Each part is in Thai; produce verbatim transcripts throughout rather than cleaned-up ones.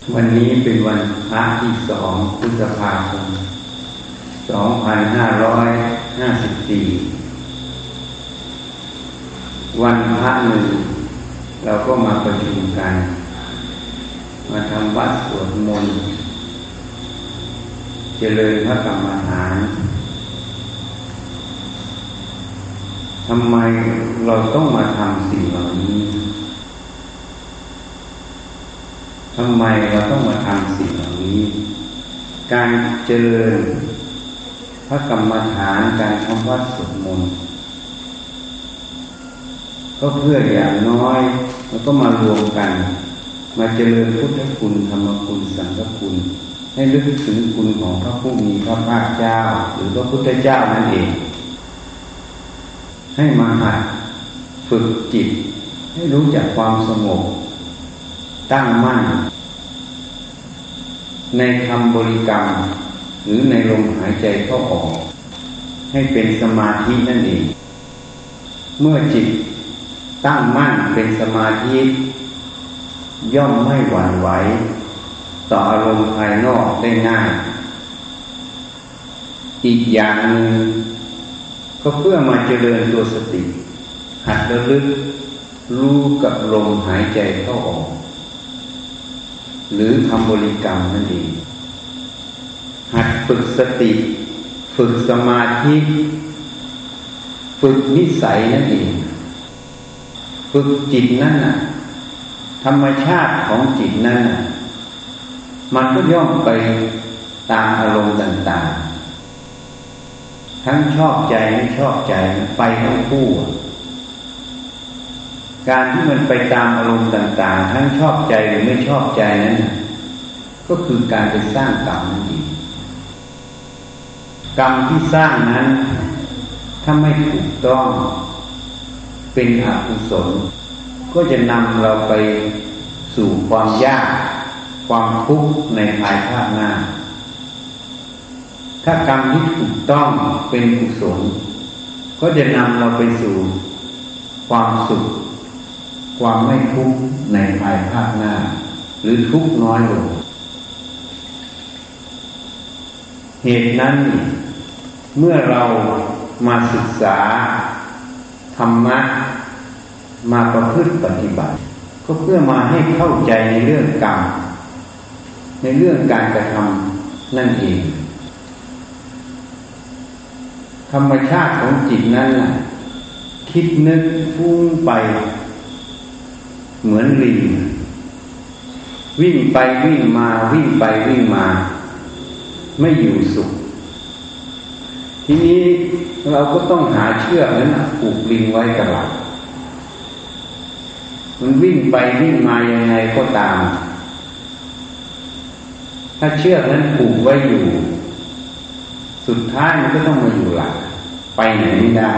วันนี้เป็นวันพระที่สองพฤษภาคมสองพันห้าร้อยห้าสิบสี่วันพระหนึ่งเราก็มาประชุมกันมาทำวัดสวดมนต์เจริญพระกรรมฐานทำไมเราต้องมาทำสิ่งเหล่านี้ทำไมเราต้องมาทำสิ่งเหล่านี้การเจริญพระกรรมฐานการทำวัดสวดมนต์ก็เพื่ออย่างน้อยเราก็มารวมกันมาเจริญพุทธคุณธรรมคุณสังฆคุณให้ลึกถึงคุณของพระผู้มีพระภาคเจ้าหรือพระพุทธเจ้านั่นเองให้มาหัดฝึกจิตให้รู้จักความสงบตั้งมั่นในคำบริกรรมหรือในลมหายใจเข้าออกให้เป็นสมาธินั่นเองเมื่อจิตตั้งมั่นเป็นสมาธิย่อมไม่หวั่นไหวต่ออารมณ์ภายนอกได้ง่ายอีกอย่างหนึ่งก็เพื่อมาเจริญตัวสติหัดระลึกรู้กับลมหายใจเข้าออกหรือคำบริกรรมนั่นเองหัดฝึกสติฝึกสมาธิฝึกนิสัยนั่นเองฝึกจิตนั่นน่ะธรรมชาติของจิตนั่นน่ะมันก็ย่อมไปตามอารมณ์ต่างๆทั้งชอบใจไม่ชอบใจมันไปทั้งคู่การที่มันไปตามอารมณ์ต่างๆทั้งชอบใจหรือไม่ชอบใจนั้นก็คือการไปสร้างกรรมนั่นเองกรรมที่สร้างนั้นถ้าไม่ถูกต้องเป็นอกุศลก็จะนำเราไปสู่ความยากความทุกข์ในภายภาคหน้าถ้ากรรมที่ถูกต้องเป็นกุศลก็จะนำเราไปสู่ความสุขความไม่ทุกข์ในภายภาคหน้าหรือทุกข์น้อยลงเหตุนั้นเมื่อเรามาศึกษาธรรมะมาประพฤติปฏิบัติก็เพื่อมาให้เข้าใจในเรื่องกรรมในเรื่องการกระทำนั่นเองธรรมชาติของจิตนั้นน่ะคิดนึกฟุ้งไปเหมือนลิงวิ่งไปวิ่งมาวิ่งไปวิ่งมาไม่อยู่สุขทีนี้เราก็ต้องหาเชือกนั้นผูกลิงไว้กับหลังมันวิ่งไปวิ่งมายังไงก็ตามถ้าเชือกนั้นผูกไว้อยู่สุดท้ายมันก็ต้องมาอยู่หลังไปไหนไม่ได้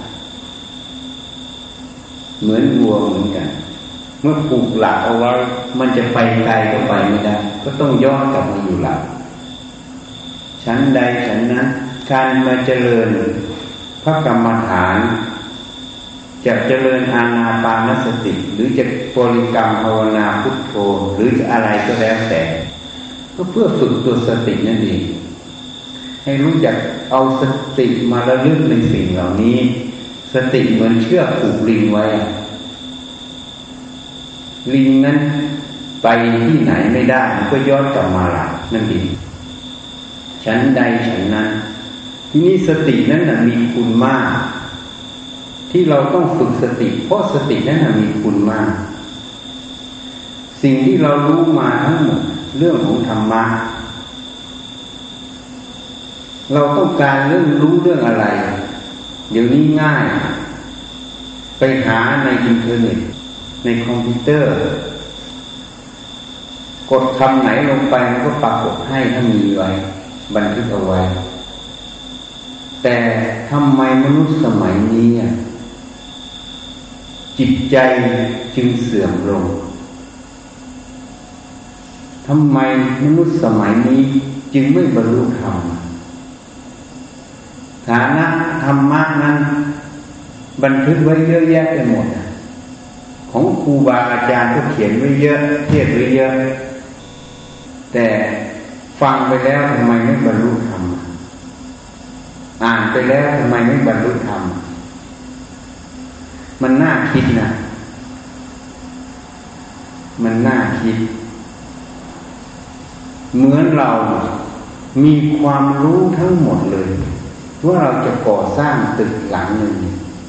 เหมือนวัวเหมือนกันเมื่อผูกหลักเอาไว้มันจะไปไกลก็ไปไม่ได้ก็ต้องย้อนกลับมาอยู่หลักชั้นใดชั้นนั้นการมาเจริญพระกรรมฐานจะเจริญอานาปานสติหรือจะบริกรรมภาวนาพุทโธหรือจะอะไรก็แล้วแต่ก็เพื่อฝึกตัวสตินั่นเองให้รู้จักเอาสติมาระลึกในสิ่งเหล่านี้สติเหมือนเชือกผูกลิงไว้ลิงนั้นไปที่ไหนไม่ได้มันก็ย้อนกลับมาหลังนั่นเองชั้นใดชั้นนั้นที่นี้สตินั้นน่ะมีคุณมากที่เราต้องฝึกสติเพราะสตินั้นน่ะมีคุณมากสิ่งที่เรารู้มาทั้งหมดเรื่องของธรรมะเราต้องการเรื่องรู้เรื่องอะไรเดี๋ยวนี้ง่ายไปหาในอินเทอร์เน็ตในคอมพิวเตอร์กดคำไหนลงไปมันก็ปรากฏให้ถ้ามีไว้บันทึกเอาไว้แต่ทำไมมนุษย์สมัยนี้จิตใจจึงเสื่อมลงทำไมมนุษย์สมัยนี้จึงไม่บรรลุธรรมฐานะธรรมะนั้นบันทึกไว้เยอะแยะไปหมดของครูบาอาจารย์ก็เขียนไว้เยอะเทศไว้เยอะแต่ฟังไปแล้วทำไมไม่บรรลุธรรมอ่านไปแล้วทำไมไม่บรรลุธรรมมันน่าคิดนะมันน่าคิดเหมือนเรามีความรู้ทั้งหมดเลยว่าเราจะก่อสร้างตึกหลังหนึ่ง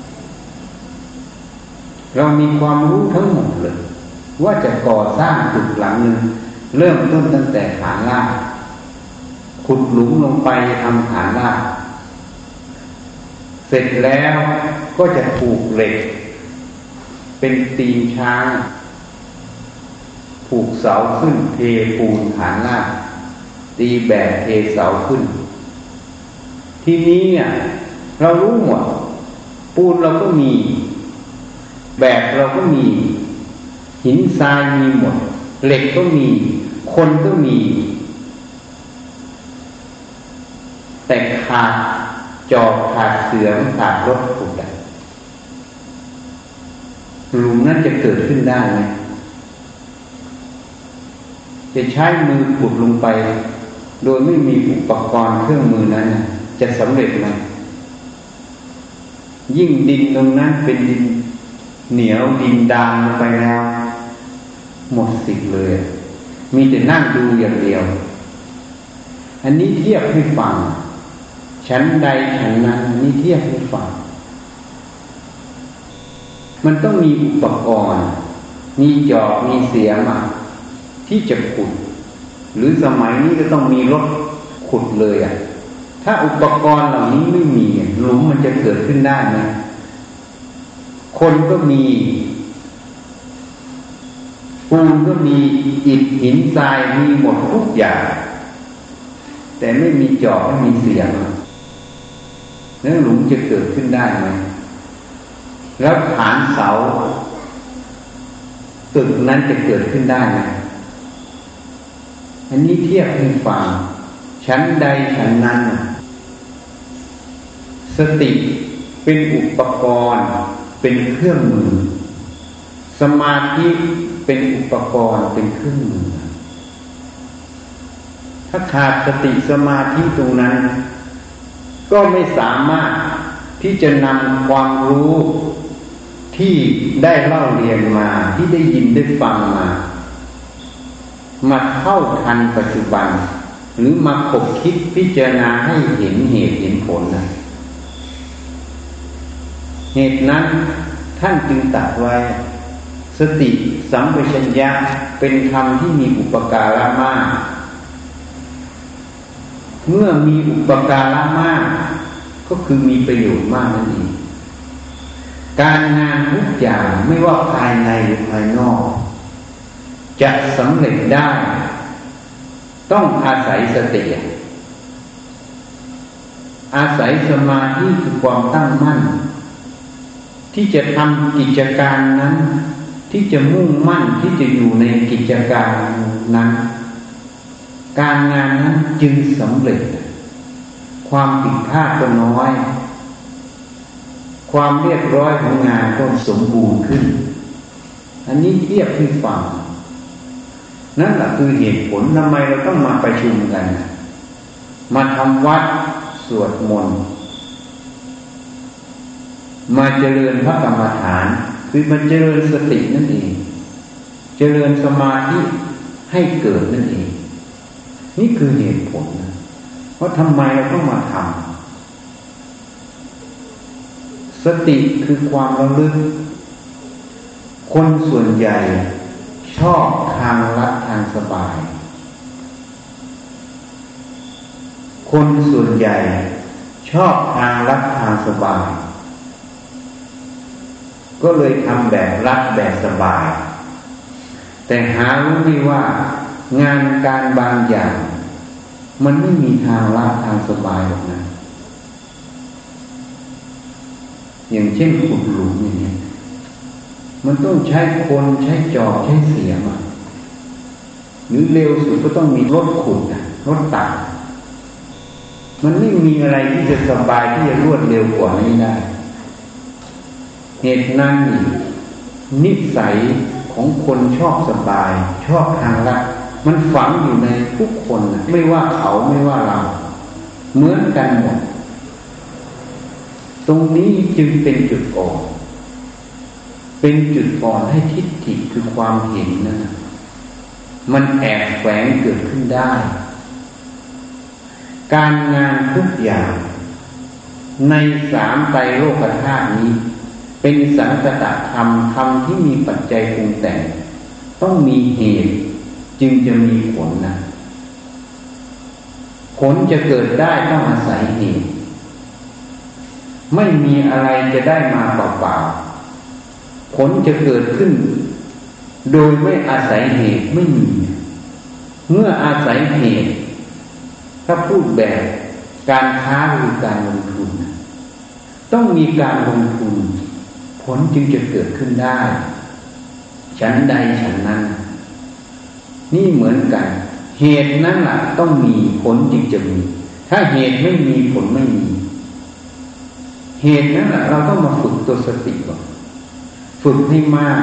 เรามีความรู้ทั้งหมดเลยว่าจะก่อสร้างตึกหลังหนึ่งเริ่มต้นตั้งแต่ฐานรากขุดหลุมลงไปทำฐานรากเสร็จแล้วก็จะผูกเหล็กเป็นตีนช้างผูกเสาขึ้นเทปูนฐานรากตีแบบเทเสาขึ้นทีนี้เนี่ยเรารู้หมดปูนเราก็มีแบบเราก็มีหินทรายมีหมดเหล็กก็มีคนก็มีแต่ขาดจอบขาดเสือขาดรถขุดหลุมนั้นจะเกิดขึ้นได้ไหมจะใช้มือขุดลงไปโดยไม่มีอุปกรณ์เครื่องมือนั้นจะสำเร็จไหมยิ่งดินตรงนั้นเป็นดินเหนียวดินดานลงไปแล้วหมดสิทธิ์เลยมีแต่นั่งดูอย่างเดียวอันนี้เทียบให้ฟังชั้นใดชั้นนั้นนี่เทียบให้ฟังมันต้องมีอุปกรณ์มีจอบมีเสียมที่จะขุดหรือสมัยนี้ก็ต้องมีรถขุดเลยอ่ะถ้าอุปกรณ์เหล่านี้ไม่มีหลุมมันจะเกิดขึ้นได้ไหมคนก็มีปูนก็มีอิฐหินทรายมีหมดทุกอย่างแต่ไม่มีจอบไม่มีเสียมแล้วหลุมจะเกิดขึ้นได้ไหมแล้วฐานเสาตึกนั้นจะเกิดขึ้นได้ไหมอันนี้เทียบให้ฟังชั้นใดชั้นนั้นสติเป็นอุปกรณ์เป็นเครื่องมือสมาธิเป็นอุปกรณ์เป็นเครื่องมือถ้าขาดสติสมาธิตรงนั้นก็ไม่สามารถที่จะนำความรู้ที่ได้เล่าเรียนมาที่ได้ยินได้ฟังมามาเข้าทันปัจจุบันหรือมาคบคิดพิจารณาให้เห็นเหตุเห็นผลนะเหตุนั้นท่านจึงตรัสไว้สติสัมปชัญญะเป็นธรรมที่มีอุปการะมากเมื่อมีอุปการะมากก็คือมีประโยชน์มากนั่นเองการงานทุกอย่างไม่ว่าภายในหรือภายนอกจะสำเร็จได้ต้องอาศัยสติอาศัยสมาธิคือความตั้งมั่นที่จะทำกิจการนั้นที่จะมุ่งมั่นที่จะอยู่ในกิจการนั้นการงานนั้นจึงสำเร็จความผิดพลาดก็น้อยความเรียบร้อยของงานก็สมบูรณ์ขึ้นอันนี้เทียบให้ฟังนั่นแหละคือเหตุผลทำไมเราต้องมาประชุมกันมาทำวัดสวดมนต์มาเจริญพระกรรมฐานคือมันเจริญสตินั่นเองเจริญสมาธิให้เกิดนั่นเองนี่คือเหตุผลนะว่าทำไมเราต้องมาทำสติคือความระลึกคนส่วนใหญ่ชอบทางลัดทางสบายคนส่วนใหญ่ชอบทางลัดทางสบายก็เลยทำแบบรัดแบบสบายแต่หารู้ไหมว่างานการบางอย่างมันไม่มีทางลัดทางสบายหรอกนะอย่างเช่นขุดหลุมอย่างนี้มันต้องใช้คนใช้จอบใช้เสียมหรือเร็วสุดก็ต้องมีรถขุดรถตักมันไม่มีอะไรที่จะสบายที่จะรวดเร็วกว่านี้ได้เหตุนั้นนิสัยของคนชอบสบายชอบทางลัดมันฝังอยู่ในทุกคนไม่ว่าเขาไม่ว่าเราเหมือนกันหมดตรงนี้จึงเป็นจุดอ่อนเป็นจุดอ่อนให้ทิฏฐิคือความเห็นนั่นนะมันแอบแฝงเกิดขึ้นได้การงานทุกอย่างในสามไตรโลกธาตุนี้เป็นสังคตธรรมธรรมที่มีปัจจัยปรุงแต่งต้องมีเหตุจึงจะมีผลนะผลจะเกิดได้ต้องอาศัยเหตุไม่มีอะไรจะได้มาเปล่าๆผลจะเกิดขึ้นโดยไม่อาศัยเหตุไม่มีเมื่ออาศัยเหตุถ้าพูดแบบการค้าหรือการลงทุนต้องมีการลงทุนผลจึงจะเกิดขึ้นได้ฉันใดฉันนั้นนี่เหมือนกันเหตุนั้นแหละต้องมีผลจึงจะมีถ้าเหตุไม่มีผลไม่มีเหตุนั้นแหละเราต้องมาฝึกตัวสติก่อนฝึกให้มาก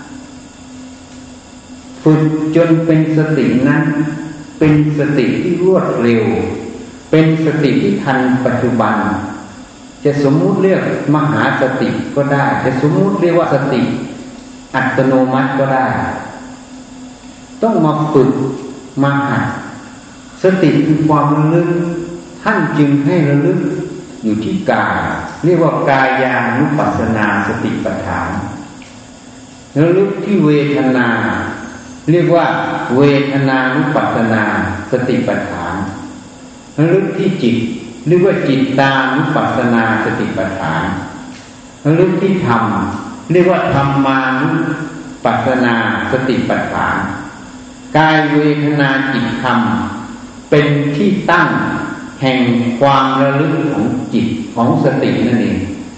ฝึกจนเป็นสตินั้นเป็นสติที่รวดเร็วเป็นสติที่ทันปัจจุบันจะสมมุติเรียกมหาสติก็ได้จะสมมุติเรียกว่าสติอัตโนมัติก็ได้ต้องมาฝึกมาหัดสติคือความระลึกท่านจึงให้ระลึกอยู่ที่กายเรียกว่ากายานุปัสสนาสติปัฏฐานระลึกที่เวทนาเรียกว่าเวทนานุปัสสนาสติปัฏฐานระลึกที่จิตเรียกว่าจิตตานุปัสสนาสติปัฏฐานระลึกที่ธรรมเรียกว่าธรรมานุปัสสนาสติปัฏฐานกายเวทนาจิตธรรมเป็นที่ตั้งแห่งความระลึกของจิตของสตินั่นเอง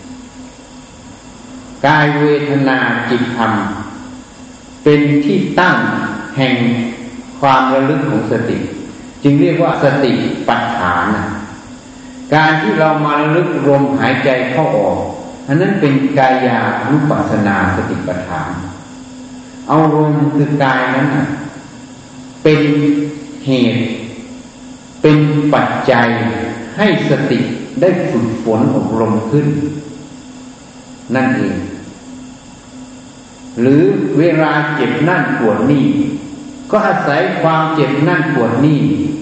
กายเวทนาจิตธรรมเป็นที่ตั้งแห่งความระลึกของสติจึงเรียกว่าสติปัฏฐานการที่เรามาระลึกลมหายใจเข้าออกอันนั้นเป็นกายานุปัสสนาสติปัฏฐานเอาลมคือกายนั้นเป็นเหตุเป็นปัจจัยให้สติได้ฝึกฝนอบรมขึ้นนั่นเองหรือเวลาเจ็บนั่นปวดนี่ก็อาศัยความเจ็บนั่นปวดนี่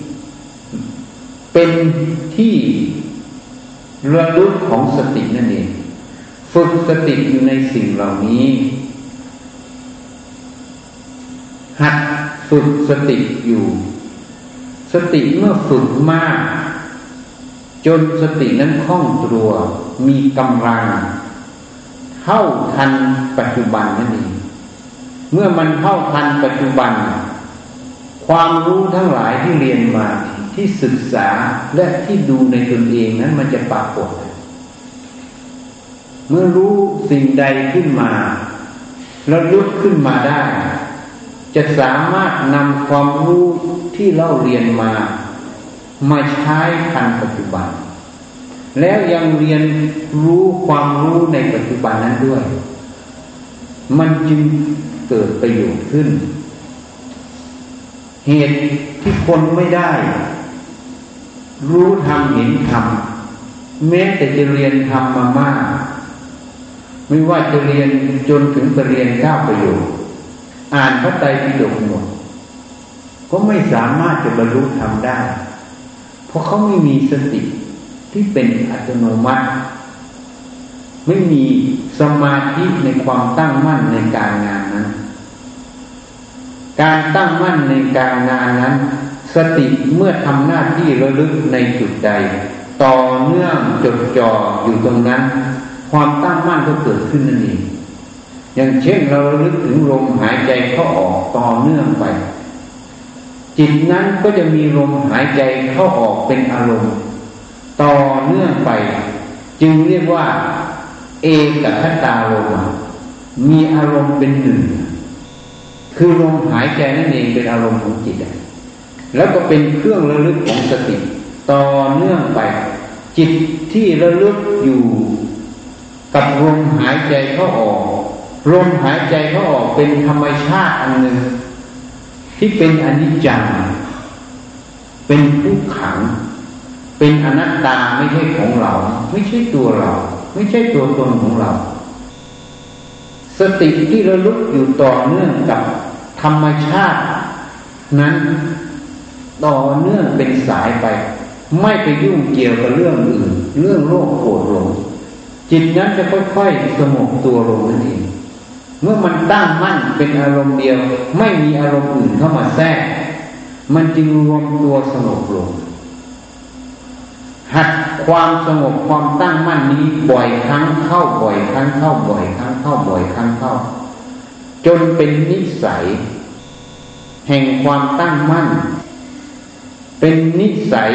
เป็นที่ระลึกของสตินั่นเองฝึกสติอยู่ในสิ่งเหล่านี้หัดฝึกสติอยู่สติเมื่อฝึกมากจนสตินั้นคล่องตัวมีกำลังเท่าทันปัจจุบันนั่นเองเมื่อมันเท่าทันปัจจุบันความรู้ทั้งหลายที่เรียนมาที่ศึกษาและที่ดูในตนเองนั้นมันจะปรากฏเมื่อรู้สิ่งใดขึ้นมาแล้วลุกขึ้นมาได้จะสามารถนำความรู้ที่เราเรียนมามาใช้ทันปัจจุบันแล้วยังเรียนรู้ความรู้ในปัจจุบันนั้นด้วยมันจึงเกิดประโยชน์ขึ้นเหตุที่คนไม่ได้รู้ธรรมเห็นธรรมแม้แต่จะเรียนธรรมมามากไม่ว่าจะเรียนจนถึงปริญญาเก้าประโยคอ่านพระไตรปิฎกหมดก็ไม่สามารถจะบรรลุธรรมได้เพราะเขาไม่มีสติที่เป็นอัตโนมัติไม่มีสมาธิในความตั้งมั่นในการงานนั้นการตั้งมั่นในการงานนั้นสติเมื่อทำหน้าที่ระลึกในจุดใดต่อเนื่องจดจ่ออยู่ตรงนั้นความตั้งมั่นก็เกิดขึ้นนั่นเองอย่างเช่นเราระลึกถึงลมหายใจเข้าออกต่อเนื่องไปจิตนั้นก็จะมีลมหายใจเข้าออกเป็นอารมณ์ต่อเนื่องไปจึงเรียกว่าเอกคตารมณ์มีอารมณ์เป็นหนึ่งคือลมหายใจนั่นเองเป็นอารมณ์ของจิตแล้วก็เป็นเครื่องระลึกของสติต่อเนื่องไปจิตที่ระลึกอยู่กับลมหายใจเข้าออกลมหายใจเข้าออกเป็นธรรมชาติอันหนึ่งที่เป็นอนิจจังเป็นทุกขังเป็นอนัตตาไม่ใช่ของเราไม่ใช่ตัวเราไม่ใช่ตัวตนของเราสติที่ระลึกอยู่ต่อเนื่องกับธรรมชาตินั้นต่อเนื่องเป็นสายไปไม่ไปยุ่งเกี่ยวกับเรื่องอื่นเรื่องโลภโกรธหลงจิตนั้นจะค่อยๆสงบตัวลงนั่นเองเมื่อมันตั้งมั่นเป็นอารมณ์เดียวไม่มีอารมณ์อื่นเข้ามาแทรกมันจึงรวมตัวสงบลงหัดความสงบความตั้งมั่นนี้บ่อยครั้งเข้าบ่อยครั้งเข้าบ่อยครั้งเข้าบ่อยครั้งเข้าจนเป็นนิสัยแห่งความตั้งมั่นเป็นนิสัย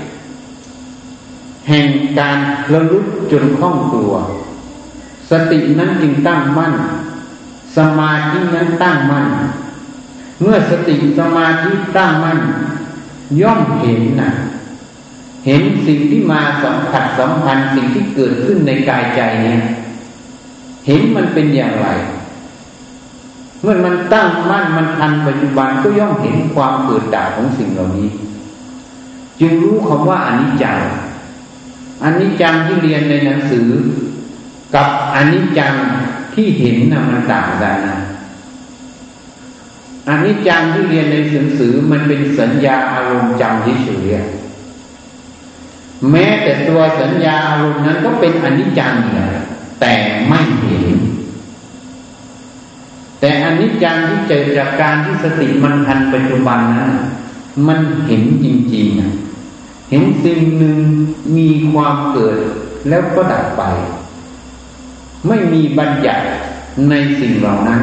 แห่งการระลึกจนคล่องตัวสตินั้นจึงตั้งมั่นสมาธินั้นตั้งมั่นเมื่อสติสมาธิตั้งมั่นย่อมเห็นนะเห็นสิ่งที่มาสัมผัสสัมพันธ์สิ่งที่เกิดขึ้นในกายใจเนี่ยเห็นมันเป็นอย่างไรเมื่อมันตั้งมั่นมันทันปัจจุบันก็ย่อมเห็นความเกิดดับของสิ่งเหล่านี้จึงรู้คำว่าอนิจจังอนิจจังที่เรียนในหนังสือกับอนิจจังที่เห็นน่ะมันต่างกันนะอนิจจังที่เรียนในหนังสือมันเป็นสัญญาอารมณ์จำเฉยๆแม้แต่ตัวสัญญาอารมณ์นั้นก็เป็นอนิจจังนะแต่ไม่เห็นแต่อนิจจังที่เกิดจากการที่สติมันทันปัจจุบันนั้นมันเห็นจริงๆเห็นสิ่งหนึ่งมีความเกิดแล้วก็ดับไปไม่มีบัญญัติในสิ่งเหล่านั้น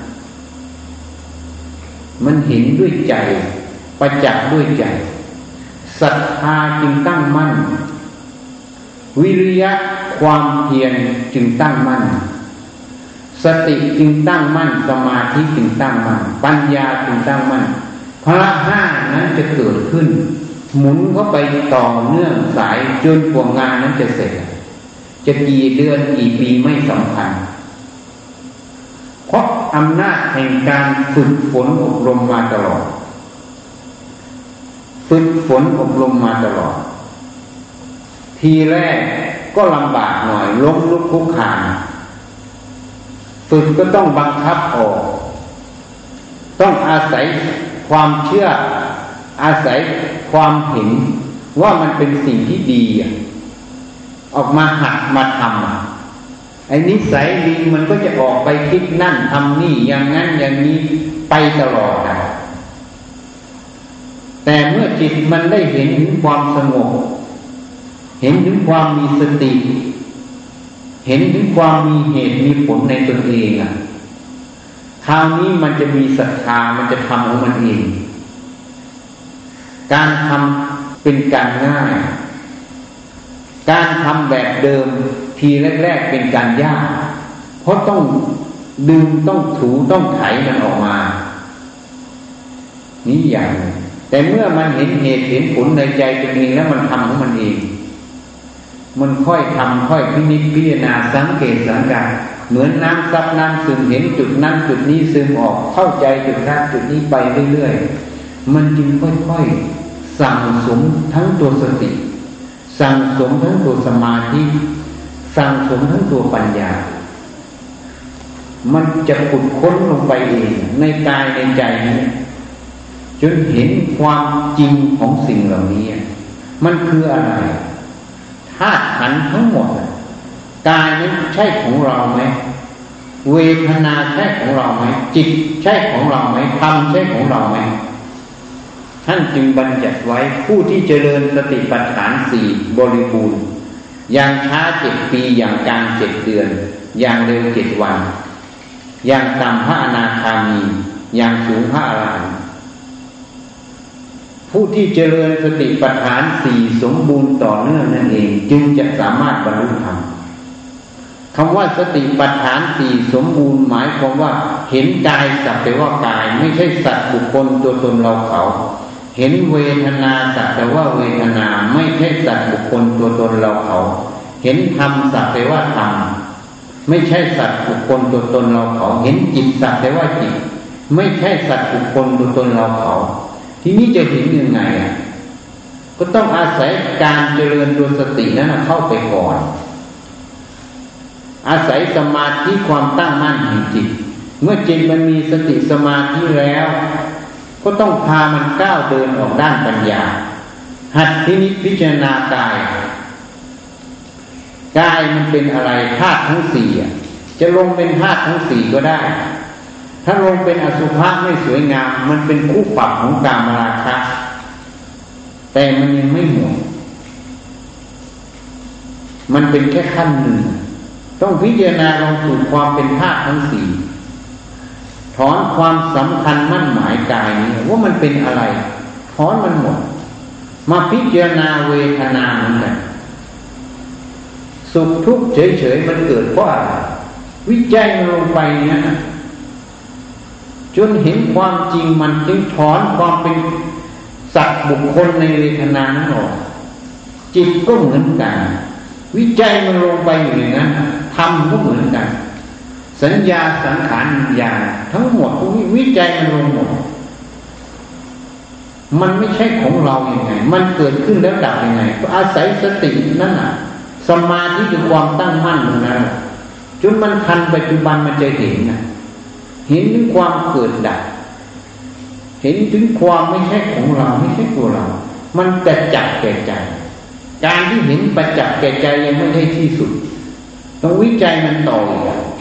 มันเห็นด้วยใจประจักษ์ด้วยใจศรัทธาจึงตั้งมั่นวิริยะความเพียรจึงตั้งมั่นสติจึงตั้งมั่นสมาธิจึงตั้งมั่นปัญญาจึงตั้งมั่นพละห้านั้นจะเกิดขึ้นหมุนเข้าไปต่อเนื่องสายจนกว่างานนั้นจะเสร็จจะกี่เดือนกี่ปีไม่สำคัญเพราะอำนาจแห่งการฝึกฝนอบรมมาตลอดฝึกฝนอบรมมาตลอดทีแรกก็ลำบากหน่อยล้มลุกคลุกคลานฝึกก็ต้องบังคับออกต้องอาศัยความเชื่ออาศัยความเห็นว่ามันเป็นสิ่งที่ดีออกมาหัดมาทำไอ้นิสัยลิงมันก็จะออกไปคิดนั่นทำนี่อย่างนั้นอย่างนี้ไปตลอดนะแต่เมื่อจิตมันได้เห็นถึงความสงบเห็นถึงความมีสติเห็นถึงความมีเหตุมีผลในตนเองอ่ะคราวนี้มันจะมีศรัทธามันจะทำของมันเองการทำเป็นการง่ายการทำแบบเดิมทีแรกๆเป็นการยากเพราะต้องดึงต้องถูต้องไถมันออกมานี่อย่างแต่เมื่อมันเห็นเหตุเห็นผลในใจตัวเองแล้วมันทำของมันเองมันค่อยทำค่อยพินิจพิจารณาสังเกตสังกาเหมือนน้ำซับน้ำซึมเห็นจุดนั้นจุดนี้ซึมออกเข้าใจจุดนั้นจุดนี้ไปเรื่อยๆมันจึงค่อยๆสั่งสมทั้งตัวสติสั่งสมทั้งตัวสมาธิสั่งสมทั้งตัวปัญญามันจะขุดค้นลงไปเองในกายในใจนี้จนเห็นความจริงของสิ่งเหล่านี้มันคืออะไรธาตุขันธ์ทั้งหมดกายนั้นใช่ของเราไหมเวทนาใช่ของเราไหมจิตใช่ของเราไหมธรรมใช่ของเราไหมท่านจึงบัญญัติไว้ผู้ที่เจริญสติปัฏฐานสี่บริบูรณ์อย่างช้าเจ็ดปีอย่างกลางเจ็ดเดือนอย่างเร็วเจ็ดวันอย่างต่ำพระอนาคามีอย่างสูงพระอรหันต์ผู้ที่เจริญสติปัฏฐานสี่สมบูรณ์ต่อเนื่องนั่นเองจึงจะสามารถบรรลุธรรมคำว่าสติปัฏฐานสี่สมบูรณ์หมายความว่าเห็นกายสักแต่ว่ากายไม่ใช่สัตว์บุคคลตัวตนเราเขาเห็นเวทนาสักแต่ว่าเวทนาไม่ใช่สัตว์บุคคลตัวตนเราเขาเห็นธรรมสักแต่ว่าธรรมไม่ใช่สัตว์บุคคลตัวตนเราเขาเห็นจิตสักแต่ว่าจิตไม่ใช่สัตว์บุคคลตัวตนเราเขาทีนี้จะเห็นยังไงอ่ะก็ต้องอาศัยการเจริญตัวสตินั้นเข้าไปก่อนอาศัยสมาธิความตั้งมั่นแห่งจิตเมื่อจิตมันมีสติสมาธิแล้วก็ต้องพามันก้าวเดินออกด้านปัญญาหัดพินิจพิจารณากายกายมันเป็นอะไรธาตุทั้งสี่จะลงเป็นธาตุทั้งสี่ก็ได้ถ้าลงเป็นอสุภะไม่สวยงามมันเป็นคู่ปรับของกามราคะแต่มันยังไม่หมดมันเป็นแค่ขั้นหนึ่งต้องพิจารณาลงสู่ความเป็นธาตุทั้งสี่ถอนความสำคัญมั่นหมายกายนี้ว่ามันเป็นอะไรถอนมันหมดมาพิจารณาเวทนาเหมือนกันสุขทุกข์เฉยๆมันเกิดเพราะอะไรวิจัยมันลงไปเนี่ยจนเห็นความจริงมันจึงถอนความเป็นสัตว์บุคคลในเวทนานั้นออกจิตก็เหมือนกันวิจัยมันลงไปอยู่อย่างนั้นธรรมก็เหมือนกันสัญญาสังขารวิญญาณทั้งหมดวิจัยมันลงหมดมันไม่ใช่ของเราอย่างไงมันเกิดขึ้นแล้วดับยังไงก็อาศัยสตินั่นน่ะสมาธิคือความตั้งมั่นตรงนั้นจนมันทันปัจจุบันมันจะเห็นนะเห็นถึงความเกิดดับเห็นถึงความไม่ใช่ของเราไม่ใช่ตัวเรามันแต่จับแก่ใจการที่เห็นประจักษ์แก่ใจยังไม่ได้ที่สุดต้องวิจัยมันต่ออีก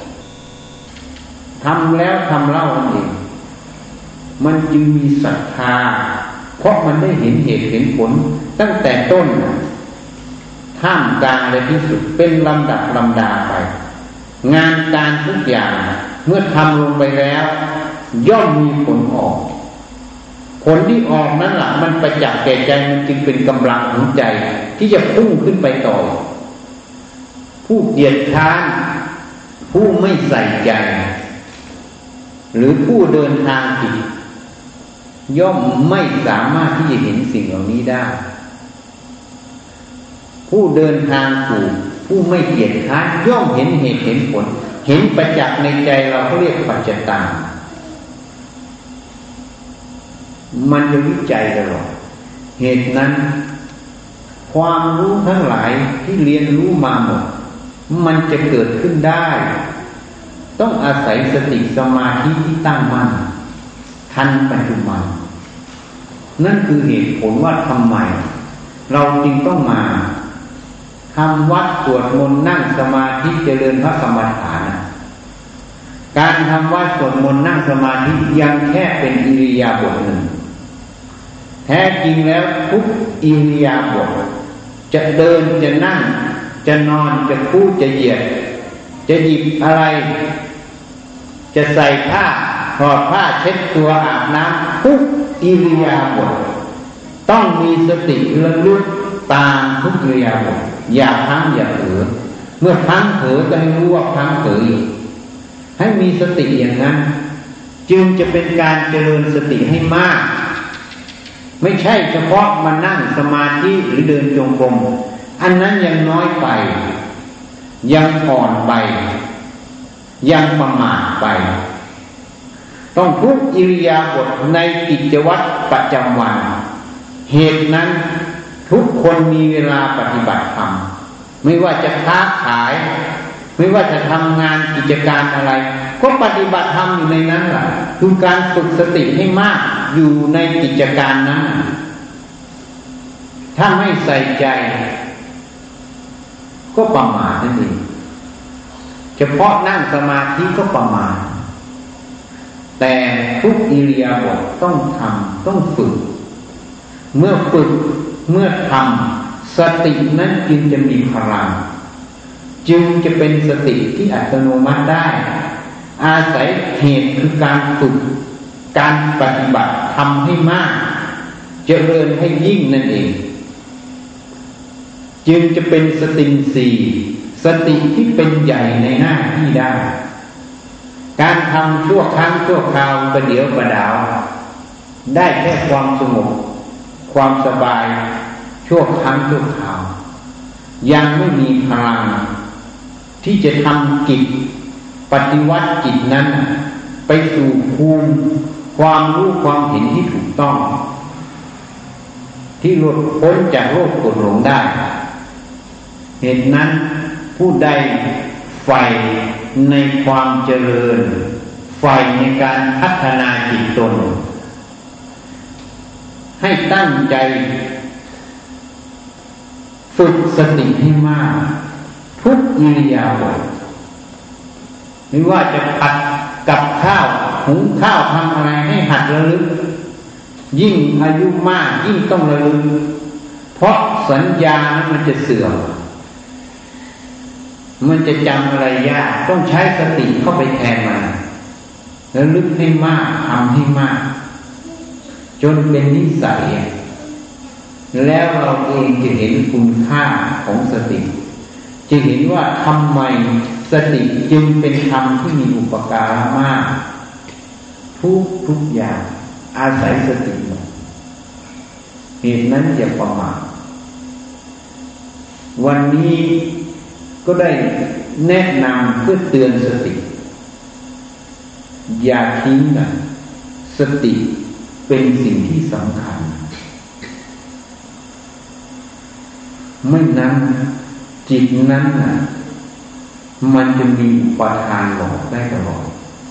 ทำแล้วทำเล่าเองมันจึงมีศรัทธาเพราะมันได้เห็นเหตุเห็นผลตั้งแต่ต้นท่ามกลางและที่สุดเป็นลำดับลำดาไปงานการทุกอย่างเมื่อทำลงไปแล้วย่อมมีผลออกผลที่ออกนั้นแหละมันประจักษ์แก่ใจมันจึงเป็นกำลังของใจที่จะพุ่งขึ้นไปต่อผู้เกียจค้านผู้ไม่ใส่ใจหรือผู้เดินทางผิดย่อมไม่สามารถที่จะเห็นสิ่งเหล่านี้ได้ผู้เดินทางถูกผู้ไม่เกียจค้านย่อมเห็นเหตุเห็นผลเห็นประจักษ์ในใจเราเขาเรียกปัจจตังมันจะวิจัยตลอดเหตุนั้นความรู้ทั้งหลายที่เรียนรู้มาหมดมันจะเกิดขึ้นได้ต้องอาศัยสติสมาธิที่ตั้งมั่นทันปัจจุบันนั่นคือเหตุผลว่าทำไมเราจึงต้องมาทำวัดสวดมนต์นั่งสมาธิเจริญพระกรรมฐานการทำวัดสวดมนต์นั่งสมาธิยังแค่เป็นอิริยาบถหนึ่งแท้จริงแล้วทุกอิริยาบถจะเดินจะนั่งจะนอนจะคู่จะเหยียดจะหยิบอะไรจะใส่ผ้าถอดผ้าเช็ดตัวอาบน้ำทุกอิริยาบถต้องมีสติระลึกตามทุกอิริยาบถอย่าพังอย่าเผลอเมื่อพังเผลอก็ให้รู้ว่าพังเผลออีกให้มีสติอย่างนั้นจึงจะเป็นการเจริญสติให้มากไม่ใช่เฉพาะมานั่งสมาธิหรือเดินจงกรมอันนั้นยังน้อยไปยังอ่อนไปยังประมาทไปต้องทุกอิริยาบถในกิจวัตรประจำวันเหตุนั้นทุกคนมีเวลาปฏิบัติธรรมไม่ว่าจะค้าขายไม่ว่าจะทำงานกิจการอะไรก็ปฏิบัติธรรมอยู่ในนั้นแหละคือการฝึกสติให้มากอยู่ในกิจการนั้นถ้าไม่ใส่ใจก็ประมาทนั่นเองเฉพาะนั่งสมาธิก็ประมาทแต่ทุกอิริยาบถต้องทำต้องฝึกเมื่อฝึกเมื่อทำสตินั้นจึงจะมีพลังจึงจะเป็นสติที่อัตโนมัติได้อาศัยเหตุคือการฝึกการปฏิบัติทำให้มากเจริญให้ยิ่งนั่นเองจึงจะเป็นสติสีสติที่เป็นใหญ่ในหน้าที่ได้การทำชั่วครั้งชั่วคราวประเดี๋ยวประดาวได้แค่ความสงบความสบายชั่วครั้งชั่วคราวยังไม่มีพลังที่จะทำกิจปฏิวัติกิจนั้นไปสู่ภูมิความรู้ความเห็นที่ถูกต้องที่หลุดพ้นจากโลกกดหลงได้เหตุนั้นผู้ใดใฝ่ในความเจริญใฝ่ในการพัฒนาจิตตนให้ตั้งใจฝึกสติให้มากทุกอิริยาบถไม่ว่าจะผัดกับข้าวหุงข้าวทำอะไรให้หัดระลึกยิ่งอายุมากยิ่งต้องระลึกเพราะสัญญานั้นมันจะเสื่อมมันจะจำอะไรยากต้องใช้สติเข้าไปแทนมันระลึกให้มากทำให้มากจนเป็นนิสัยแล้วเราเองจะเห็นคุณค่าของสติจะเห็นว่าทำไมสติจึงเป็นธรรมที่มีอุปการะมากทุกทุกอย่างอาศัยสติหมดเหตุนั้นอย่าประมาทวันนี้ก็ได้แนะนำเพื่อเตือนสติอย่าทิ้งนะสติเป็นสิ่งที่สำคัญไม่นั้นจิตนั้นนะมันจะมีอุปทานหลอกได้ตลอด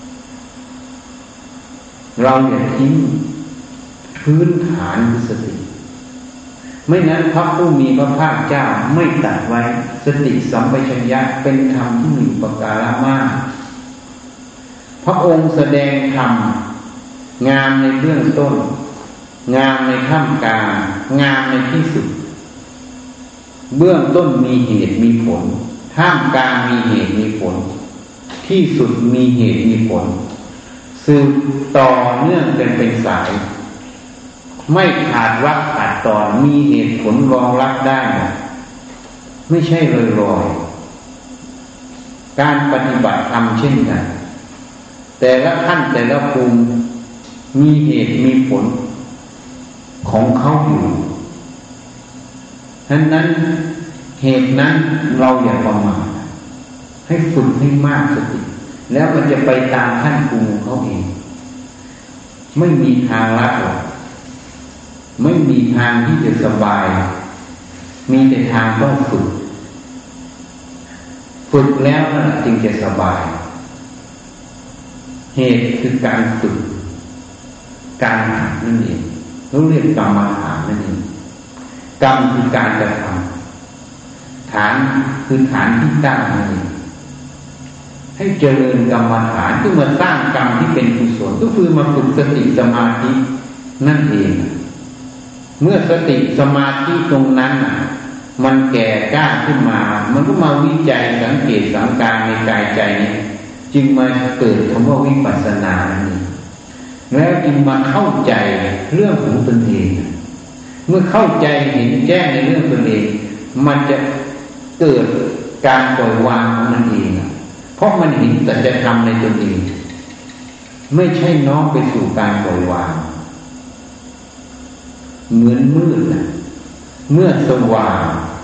เราอย่าทิ้งพื้นฐานคือสติไม่นั้นพระผู้มีพระภาคเจ้าไม่ตรัสไว้สติสัมปชัญญะเป็นธรรมที่มีอุปการะมากพระองค์แสดงธรรมงามในเบื้องต้นงามในท่ามกลางงามในที่สุดเบื้องต้นมีเหตุมีผลท่ามกลางมีเหตุมีผลที่สุดมีเหตุมีผลสืบต่อเนื่องกันเป็นสายไม่ขาดวรรคขาดตอนมีเหตุผลรองรับได้ไม่ใช่ลอยๆการปฏิบัติธรรมเช่นกันแต่ละขั้นแต่ละภูมิมีเหตุมีผลของเขาอยู่ฉะนั้นเหตุนั้นเราอย่าประมาทให้ฝึกให้มากสติแล้วมันจะไปตามขั้นภูมิของเขาเองไม่มีทางลัดหรอกไม่มีทางที่จะสบายมีแต่ทางต้องฝึกฝึกแล้วนะจึงจะสบายเหตุคือการฝึกการหัดนั่นเองเราเรียกกรรมฐานนั่นเองกรรมคือการกระทำฐานคือฐานที่ตั้งนั่นเองให้เจริญกรรมฐานคือมาสร้างกรรมที่เป็นกุศลก็คือมาฝึกสติสมาธินั่นเองเมื่อสติสมาธิตรงนั้นมันแก่กล้าขึ้นมามันก็มาวิจัยสังเกตสังการในกายใจนี้จึงมาเกิดคำว่าวิปัสสนานี่แล้วจึงมาเข้าใจเรื่องของตนเองเมื่อเข้าใจเห็นแจ้งในเรื่องตนเองมันจะเกิดการปล่อยวางของมันเองเพราะมันเห็นสัจธรรมในตนเองไม่ใช่น้อมไปสู่การปล่อยวางเหมือนมืดนะเมื่อสว่าง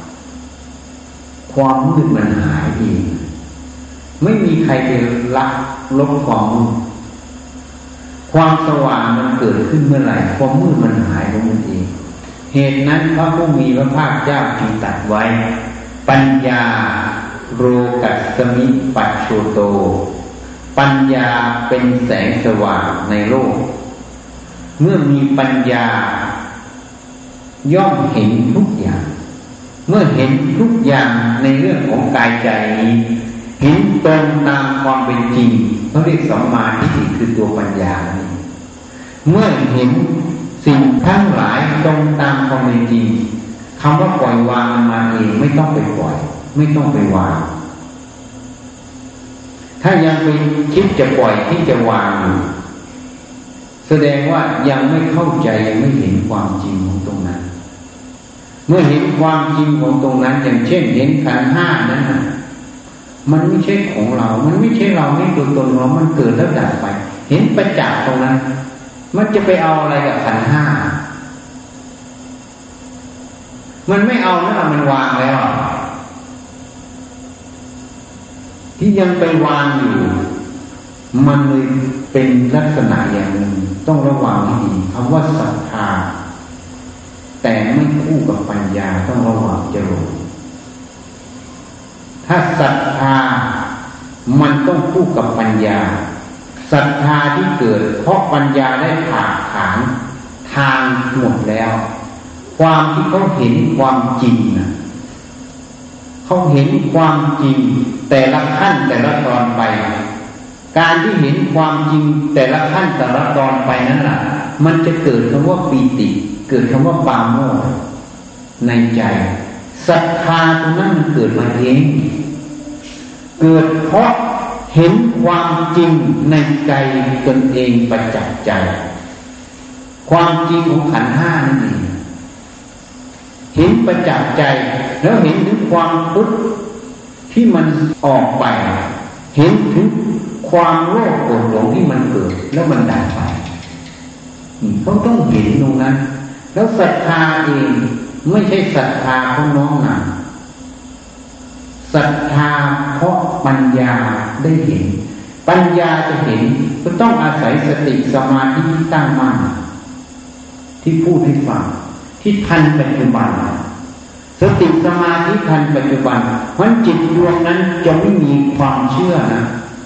ความมืดมันหายเองไม่มีใครไปละลบความมืดความสว่างมันเกิดขึ้นเมื่อไหร่ความมืดมันหายของมันเองเหตุนั้นพระผู้มีพระภาคเจ้าจึงตรัสไว้ปัญญาโรกัสสมิปัจโชโตปัญญาเป็นแสงสว่างในโลกเมื่อมีปัญญาย่อมเห็นทุกอย่างเมื่อเห็นทุกอย่างในเรื่องของกายใจนี้เห็นตรงตามความเป็นจริงเขาเรียกสัมมาทิฏฐิคือตัวปัญญานี้เมื่อเห็นสิ่งทั้งหลายตรงตามความเป็นจริงคำว่าปล่อยวางมาเองไม่ต้องไปปล่อยไม่ต้องไปวางถ้ายังไปคิดจะปล่อยที่จะวางอยู่แสดงว่ายังไม่เข้าใจยังไม่เห็นความจริงของตรงนั้นเมื่อเห็นความจริงของตรงนั้นอย่างเช่นเห็นขันธ์ห้านั้นนะมันไม่ใช่ของเรามันไม่ใช่เราไม่ตัวตนเรามันเกิดแล้วดับไปเห็นประจักษ์ตรงนั้นมันจะไปเอาอะไรกับขันธ์ห้ามันไม่เอาแล้วมันวางแล้วที่ยังไปวางอยู่มันเลยเป็นลักษณะอย่างหนึ่งต้องระวังให้ดีคำว่าศรัทธาแต่ไม่คู่กับปัญญาต้องระวังจะหลงถ้าศรัทธามันต้องคู่กับปัญญาศรัทธาที่เกิดเพราะปัญญาได้ผ่าถางทางหมดแล้วความที่เขาเห็นความจริงนะเขาเห็นความจริงแต่ละขั้นแต่ละตอนไปการที่เห็นความจริงแต่ละขั้นแต่ละตอนไปนั้นล่ะมันจะเกิดคำว่าปีติเกิดคำว่าปาโมทย์ในใจศรัทธาตรงนั้นมันเกิดมาเองเกิดเพราะเห็นความจริงในใจตนเองประจักษ์ใจความจริงของขันธ์ห้านั่นเองเห็นประจักษ์ใจแล้วเห็นถึงความทุกข์ที่มันออกไปเห็นถึงความโลภโกรธหลงที่มันเกิดแล้วมันดับไปเขาต้องเห็นตรงนั้นแล้วศรัทธาเองไม่ใช่ศรัทธาของน้องนะศรัทธาเพราะปัญญาได้เห็นปัญญาจะเห็นก็ต้องอาศัยสติสมาธิที่ตั้งมั่นที่พูดให้ฟังที่ทันปัจจุบันสติสมาธิทันปัจจุบันเพราะจิตดวงนั้นจะไม่มีความเชื่อนะ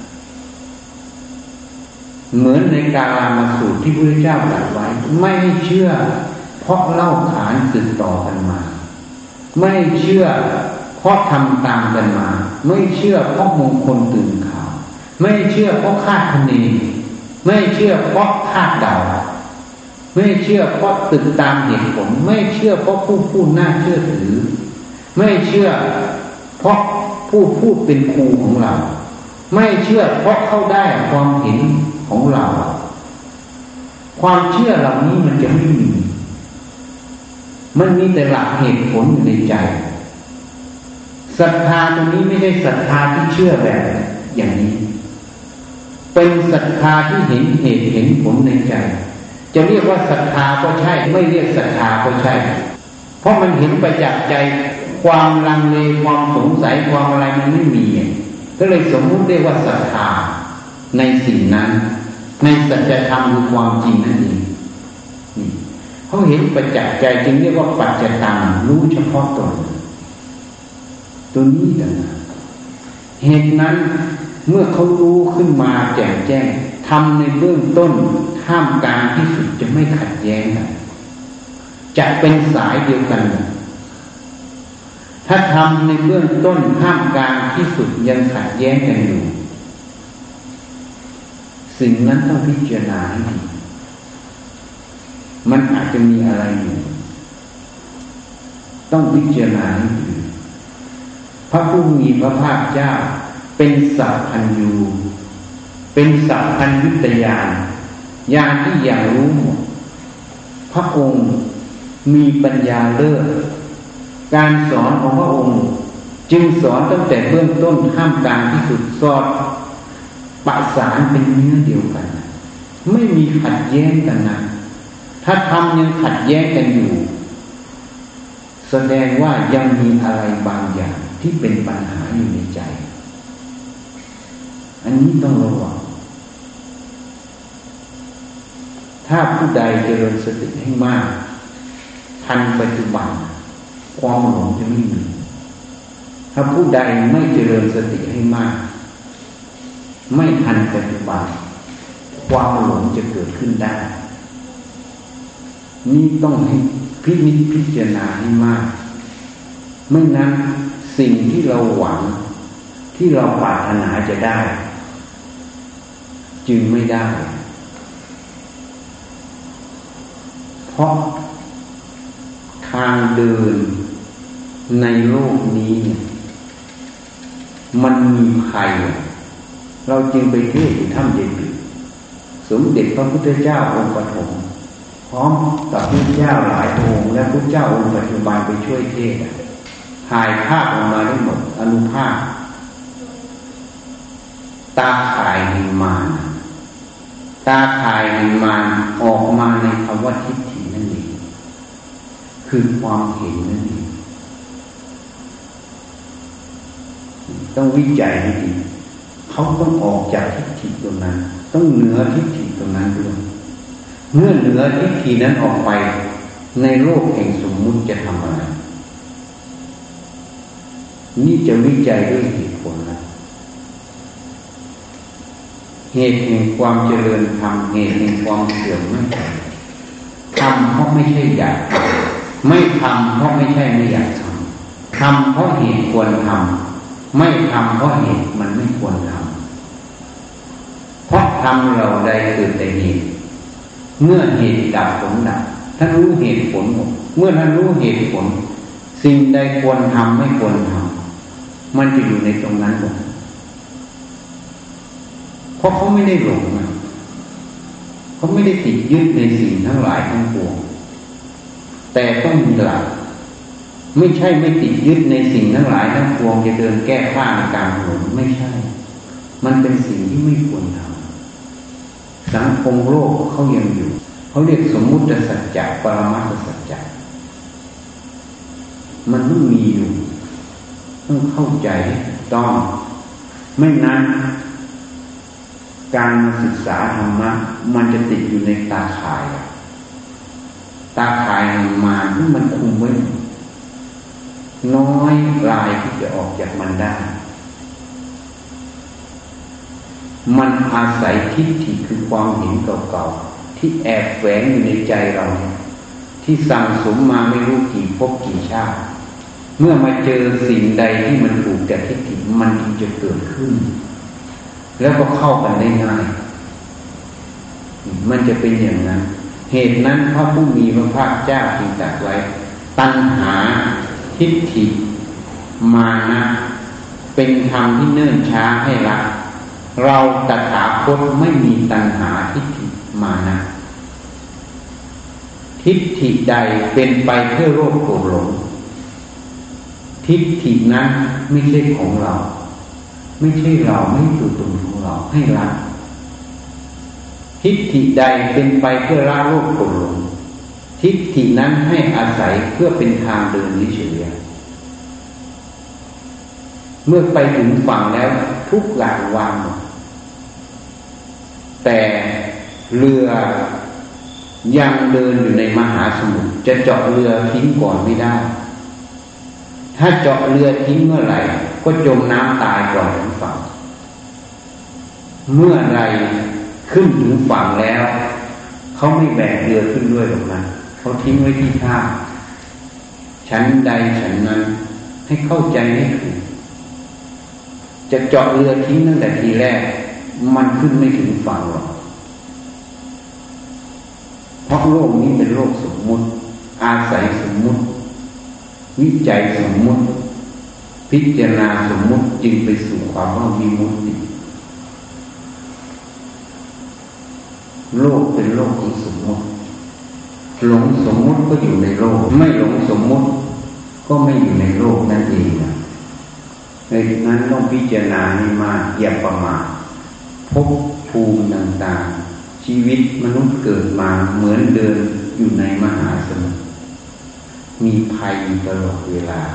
เหมือนในกาลามสูตรที่พระพุทธเจ้าตรัสไว้ไม่เชื่อเพราะเล่าขานสืบต่อกันมาไม่เชื่อเพราะทำตามกันมาไม่เชื่อเพราะมงคลตื่นข่าวไม่เชื่อเพราะคาดคะเนไม่เชื่อเพราะคาดเดาไม่เชื่อเพราะตึกตามเหตุผลไม่เชื่อเพราะผู้พูดน่าเชื่อถือไม่เชื่อเพราะผู้พูดเป็นครูของเราไม่เชื่อเพราะเข้าได้ความเห็นของเราความเชื่อเหล่านี้มันจะไม่มีมันมีแต่หลักเหตุผลอยู่ในใจศรัทธาตรงนี้ไม่ใช่ศรัทธาที่เชื่อแบบอย่างนี้เป็นศรัทธาที่เห็นเหตุเห็นผลในใจจะเรียกว่าศรัทธาก็ใช่ไม่เรียกศรัทธาก็ใช่เพราะมันเห็นประจักษ์ใจความลังเลความสงสัยความอะไรมันไม่มีก็เลยสมมุติเรียกว่าศรัทธาในสิ่งนั้นในสัจธรรมคือความจริงนั่นเองเขาเห็นประจักษ์ใจจึงเรียกว่าปัจจตังรู้เฉพาะตนตัวนี้ต่างหากเหตุนั้นเมื่อเขารู้ขึ้นมาแจ่มแจ้งทำในเบื้องต้นท่ามกลางที่สุดจะไม่ขัดแย้งกันจะเป็นสายเดียวกันถ้าทำในเบื้องต้นท่ามกลางที่สุดยังขัดแย้งกันอยู่สิ่งนั้นต้องพิจารณาให้ดีมันอาจจะมีอะไรอยู่ต้องพิจารณาให้ดีพระผู้มีพระภาคเจ้าเป็นสัพพัญญูเป็นสัพพัญญุตญาณญาณที่อย่างรู้หมดพระองค์มีปัญญาเลิศการสอนของพระองค์จึงสอนตั้งแต่เบื้องต้นท่ามกลางที่สุดสอดประสานเป็นเนื้อเดียวกันไม่มีขัดแย้งกันนะถ้าทำยังขัดแย้งกันอยู่แสดงว่ายังมีอะไรบางอย่างที่เป็นปัญหาอยู่ในใจอันนี้ต้องระวังถ้าผู้ใดเจริญสติให้มากทันปัจจุบันความหลงจะไม่มีถ้าผู้ใดไม่เจริญสติให้มากไม่ทันปัจจุบันความหลงจะเกิดขึ้นได้นี่ต้องให้พินิจพิจารณาให้มากไม่นั้นสิ่งที่เราหวังที่เราปรารถนาจะได้จึงไม่ได้เพราะทางเดินในโลกนี้เนี่ยมันมีภัยเราจึงไปเทศน์ที่ถ้ำเย็นปิสมเด็จพระพุทธเจ้าองค์ปฐมพร้อมกับพระพุทธเจ้าหลายองค์และพระพุทธเจ้าองค์ปัจจุบันไปช่วยเทศน์ถ่ายภาพออกมาได้หมดอนุภาพตาข่ายแห่งมารตาข่ายแห่งมารออกมาในคำว่าทิฏฐินั่นเองคือความเห็นนั่นเองต้องวิจัยให้ดีคเขาต้องออกจากทิฏฐิตรงนั้นต้องเหนือทิฏฐิตรงนั้นด้วยเมื่อเหนือทิฏฐินั้นออกไปในโลกแห่งสมมุติจะทำอะไรนี่จะวิจัยด้วยเหตุผลนะเหตุแห่งความเจริญธรรมเหตุแห่งความเสื่อมไม่ใช่ทำเพราะไม่ใช่อยากทำไม่ทำเพราะไม่ใช่ไม่อยากทำทำเพราะเหตุควรทำไม่ทำเพราะเหตุมันไม่ควรทำเพราะทำเราใดเกิดแต่เหตุเมื่อเหตุดับผลดับท่านรู้เหตุผลหมดเมื่อท่านรู้เหตุผลสิ่งใดควรทำไม่ควรทำมันจะอยู่ในตรงนั้นหมดเพราะเขาไม่ได้หลงนะเขาไม่ได้ติดยึดในสิ่งทั้งหลายทั้งปวงแต่ต้องมีหลักไม่ใช่ไม่ติดยึดในสิ่งทั้งหลายทั้งปวงจะเดินแก้ผ้าในการหลงไม่ใช่มันเป็นสิ่งที่ไม่ควรทำสังคมโลกเขายังอยู่เขาเรียกสมมุติสัจจะปรมัตถสัจจะมันต้องมีอยู่ต้องเข้าใจต้องไม่นั้นการมาศึกษาธรรมะมันจะติดอยู่ในตาข่ายตาข่ายมาที่มันคุมไว้น้อยรายที่จะออกจากมันได้มันอาศัยทิฏฐิคือความเห็นเก่าๆที่แอบแฝงอยู่ในใจเราที่สั่งสมมาไม่รู้กี่ภพกี่ชาติเมื่อมาเจอสิ่งใดที่มันถูกจากทิฏฐิมันจึงจะเกิดขึ้นแล้วก็เข้ากันได้ง่ายมันจะเป็นอย่างนั้นเหตุนั้นพระผู้มีพระภาคเจ้าจึงตรัสไว้ตัณหาทิฏฐิมานะเป็นธรรมที่เนิ่นช้าให้ละเราตถาคตไม่มีตัณหาทิฏฐิมานะทิฏฐิใดเป็นไปเพื่อโลภโกรธหลงทิฏฐินั้นไม่ใช่ของเราไม่ใช่เราไม่ตัวตนของเราให้ละทิฏฐิใดเป็นไปเพื่อละโลภโกรธหลงทิฏฐินั้นให้อาศัยเพื่อเป็นทางเดินเฉยๆเมื่อไปถึงฝั่งแล้วทุกอย่างวางหมดแต่เรือยังเดินอยู่ในมหาสมุทรจะเจาะเรือทิ้งก่อนไม่ได้ถ้าเจาะเรือทิ้งเมื่อไหร่ก็จมน้ำตายก่อนถึงฝั่งเมื่อไรขึ้นถึงฝั่งแล้วเขาไม่แบกเรือขึ้นด้วยหรอกนะเขาทิ้งไว้ที่ท่าชั้นใดชั้นนั้นให้เข้าใจให้ถูกจะเจาะเรือทิ้งตั้งแต่ทีแรกมันขึ้นไม่ถึงฝั่งหรอกเพราะโลกนี้เป็นโลกสมมุติอาศัยสมมุติวิจัยสมมุติพิจารณาสมมุติจึงไปสู่ความว่าวิมุตติโลกเป็นโลกของสมมุติหลงสมมุติก็อยู่ในโลกไม่หลงสมมุติก็ไม่อยู่ในโลกนั่นเองนะในนั้นต้องพิจารณาให้มากอย่าประมาทภพภูมิต่างๆชีวิตมนุษย์เกิดมาเหมือนเดินอยู่ในมหาสมุทรมีภัยตลอดเวลา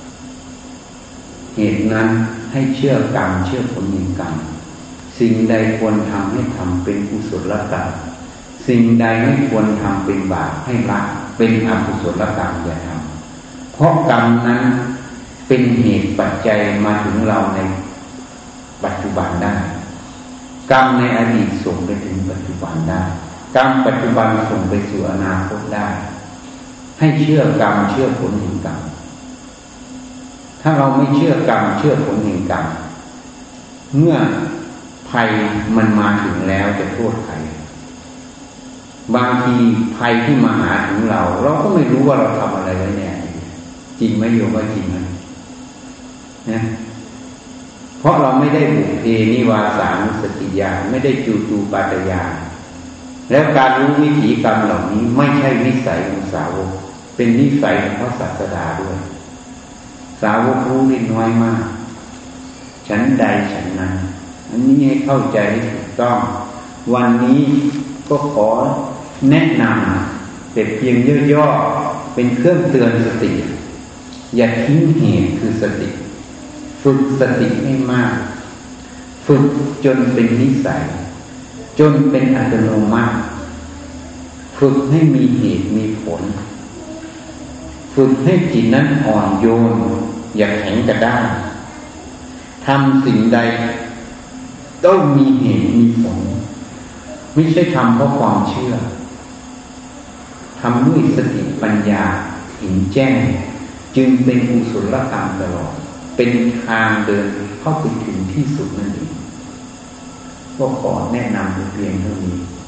เหตุนั้นให้เชื่อกรรมเชื่อผลแห่งกรรมสิ่งใดควรทำให้ทำเป็นกุศลกรรมสิ่งใดไม่ควรทำเป็นบาปให้ละเป็นอกุศลกรรมอย่าทำเพราะกรรมนั้นเป็นเหตุปัจจัยมาถึงเราในปัจจุบันได้กรรมในอดีตส่งไปถึงปัจจุบันได้กรรมปัจจุบันส่งไปสู่อนาคตได้ให้เชื่อกรรมเชื่อผลแห่งกรรมถ้าเราไม่เชื่อกรรมเชื่อผลแห่งกรรมเมื่อภัยมันมาถึงแล้วจะโทษใครบางทีภัยที่มาหาถึงเราเราก็ไม่รู้ว่าเราทำอะไรไว้แน่จริงไหมโยมว่าจริงไหมนะเพราะเราไม่ได้บุพเพนิวาสานุสติญาณไม่ได้จูตูปาตญาณแล้วการรู้วิถีกรรมเหล่านี้ไม่ใช่นิสัยของสาวกเป็นนิสัยของพระศาสดาด้วยสาวกรู้นิดน้อยมากฉันใดฉันนั้นอันนี้ให้เข้าใจให้ถูกต้องวันนี้ก็ขอแนะนำแต่เพียงย่อๆเป็นเครื่องเตือนสติอย่าทิ้งเหตุคือสติฝึกสติให้มากฝฝึกจนเป็นนิสัยจนเป็นอัตโนมัติฝึกให้มีเหตุมีผลฝึกให้จิตนั้นอ่อนโยนอย่าแข็งกระด้างทำสิ่งใดต้องมีเหตุมีผลไม่ใช่ทำเพราะความเชื่อทำด้วยสติปัญญาเห็นแจ้งจึงเป็นกุศลกรรมตลอดเป็นทางเดินเข้าไปถึงที่สุดนั่นเองก็ขอแนะนำเพียงเท่านี้